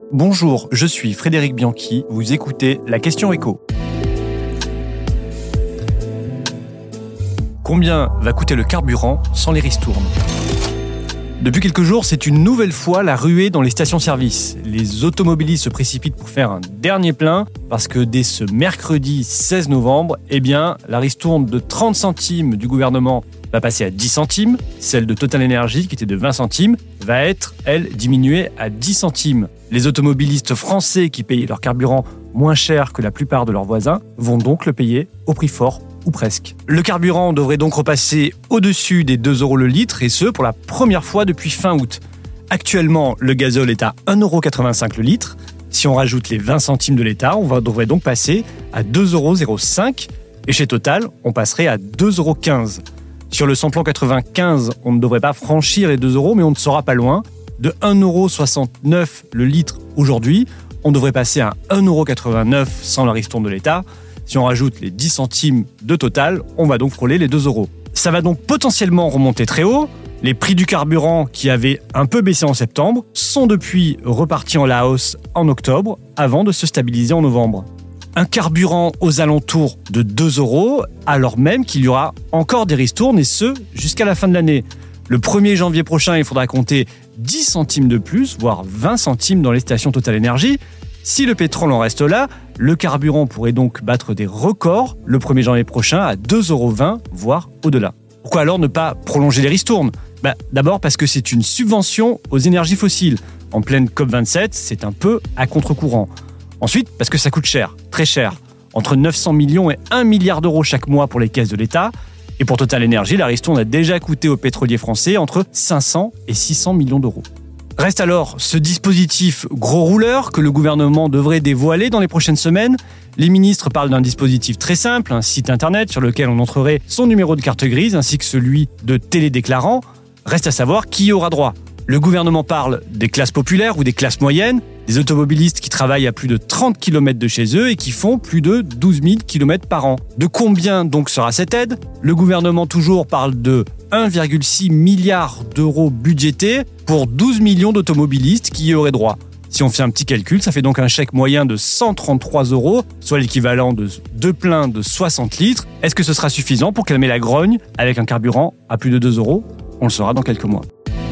Bonjour, je suis Frédéric Bianchi, vous écoutez La Question Éco. Combien va coûter le carburant sans les ristournes ? Depuis quelques jours, c'est une nouvelle fois la ruée dans les stations-service. Les automobilistes se précipitent pour faire un dernier plein parce que dès ce mercredi 16 novembre, la ristourne de 30 centimes du gouvernement va passer à 10 centimes. Celle de TotalEnergies, qui était de 20 centimes, va être, elle, diminuée à 10 centimes. Les automobilistes français qui payaient leur carburant moins cher que la plupart de leurs voisins vont donc le payer au prix fort, ou presque. Le carburant devrait donc repasser au-dessus des 2 € le litre, et ce, pour la première fois depuis fin août. Actuellement, le gazole est à 1,85 € le litre. Si on rajoute les 20 centimes de l'État, devrait donc passer à 2,05 €, et chez Total, on passerait à 2,15 €. Sur le samplon 95, on ne devrait pas franchir les 2 €, mais on ne sera pas loin. De 1,69 € le litre aujourd'hui, on devrait passer à 1,89 € sans la ristourne de l'État. Si on rajoute les 10 centimes de Total, on va donc frôler les 2 €. Ça va donc potentiellement remonter très haut. Les prix du carburant, qui avaient un peu baissé en septembre, sont depuis repartis en la hausse en octobre, avant de se stabiliser en novembre. Un carburant aux alentours de 2 €, alors même qu'il y aura encore des ristournes, et ce, jusqu'à la fin de l'année. Le 1er janvier prochain, il faudra compter 10 centimes de plus, voire 20 centimes dans les stations TotalEnergies. Si le pétrole en reste là, le carburant pourrait donc battre des records le 1er janvier prochain à 2,20 €, voire au-delà. Pourquoi alors ne pas prolonger les ristournes ? D'abord parce que c'est une subvention aux énergies fossiles. En pleine COP27, c'est un peu à contre-courant. Ensuite, parce que ça coûte cher, très cher. Entre 900 millions et 1 milliard d'euros chaque mois pour les caisses de l'État. Et pour TotalEnergies, la ristourne a déjà coûté aux pétroliers français entre 500 et 600 millions d'euros. Reste alors ce dispositif gros rouleur que le gouvernement devrait dévoiler dans les prochaines semaines. Les ministres parlent d'un dispositif très simple, un site internet sur lequel on entrerait son numéro de carte grise ainsi que celui de télédéclarant. Reste à savoir qui y aura droit. Le gouvernement parle des classes populaires ou des classes moyennes, des automobilistes qui travaillent à plus de 30 km de chez eux et qui font plus de 12 000 km par an. De combien donc sera cette aide ? Le gouvernement toujours parle de 1,6 milliard d'euros budgétés pour 12 millions d'automobilistes qui y auraient droit. Si on fait un petit calcul, ça fait donc un chèque moyen de 133 €, soit l'équivalent de 2 pleins de 60 litres. Est-ce que ce sera suffisant pour calmer la grogne avec un carburant à plus de 2 €? On le saura dans quelques mois.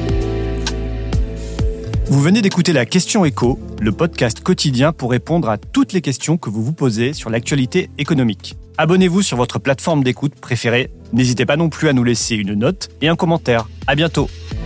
Vous venez d'écouter La Question Éco, le podcast quotidien pour répondre à toutes les questions que vous vous posez sur l'actualité économique. Abonnez-vous sur votre plateforme d'écoute préférée. N'hésitez pas non plus à nous laisser une note et un commentaire. À bientôt.